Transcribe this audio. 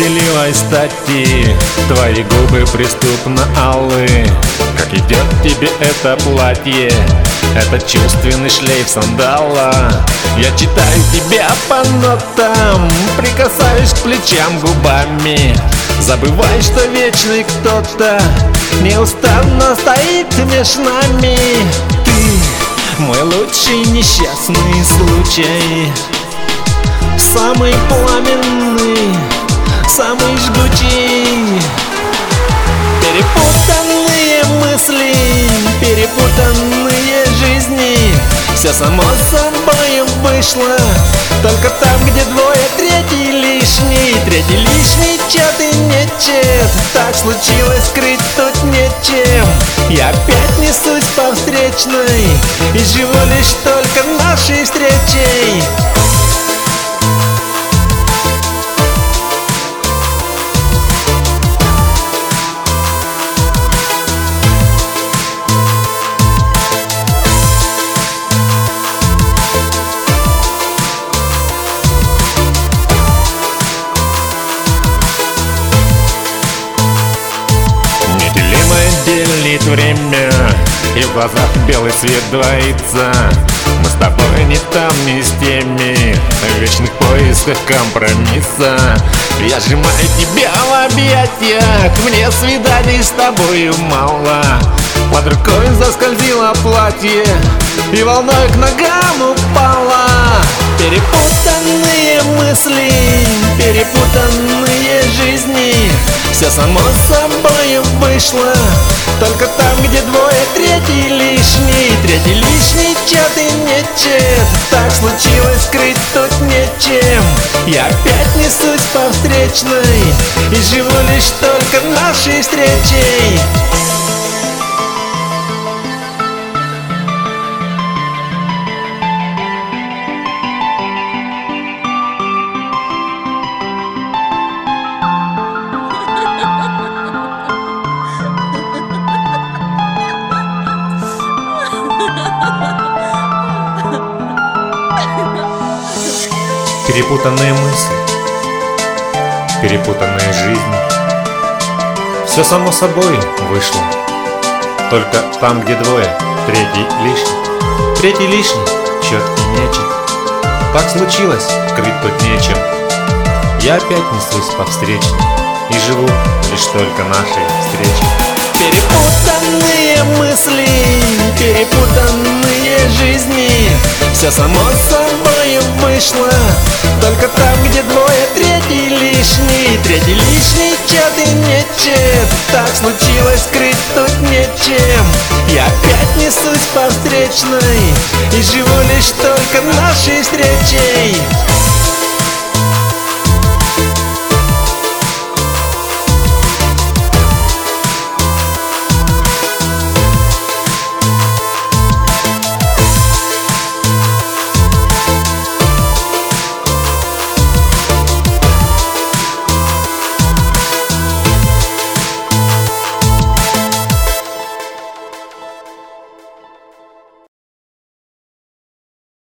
определилась стати. Твои губы преступно алые. Как идет тебе это платье, этот чувственный шлейф сандала. Я читаю тебя по нотам, прикасаюсь к плечам губами. Забывай, что вечный кто-то неустанно стоит меж нами. Ты мой лучший несчастный случай, самый пламенный, самый жгучий. Перепутанные мысли, перепутанные жизни. Все само собой вышло, только там, где двое, третий лишний. Третий лишний, чет и нечет. Так случилось, скрыть тут нечем. Я опять несусь по встречной и живу лишь только нашей встречей. Делит время, и в глазах белый свет двоится. Мы с тобой не там, не с теми, в вечных поисках компромисса. Я сжимаю тебя в объятиях, мне свиданий с тобою мало. Под рукой заскользило платье и волной к ногам упала. Перепутанные мысли, перепутанные жизни. Все само собой вышло, только там, где двое, третий лишний. Третий лишний, чет и нечет. Так случилось, скрыть тут нечем. Я опять несусь по встречной и живу лишь только нашей встречей. Перепутанные мысли, перепутанные жизни. Все само собой вышло, только там, где двое, третий лишний. Третий лишний, чет и нечет. Так случилось, крыть тут нечем. Я опять несусь по встречной и живу лишь только нашей встречей. Перепутанные мысли, перепутанные жизни. Все само собой вышло, только там, где двое, третий лишний. Третий лишний, чет и нечет. Так случилось, скрыть тут нечем. Я опять несусь по встречной и живу лишь только нашей встречей.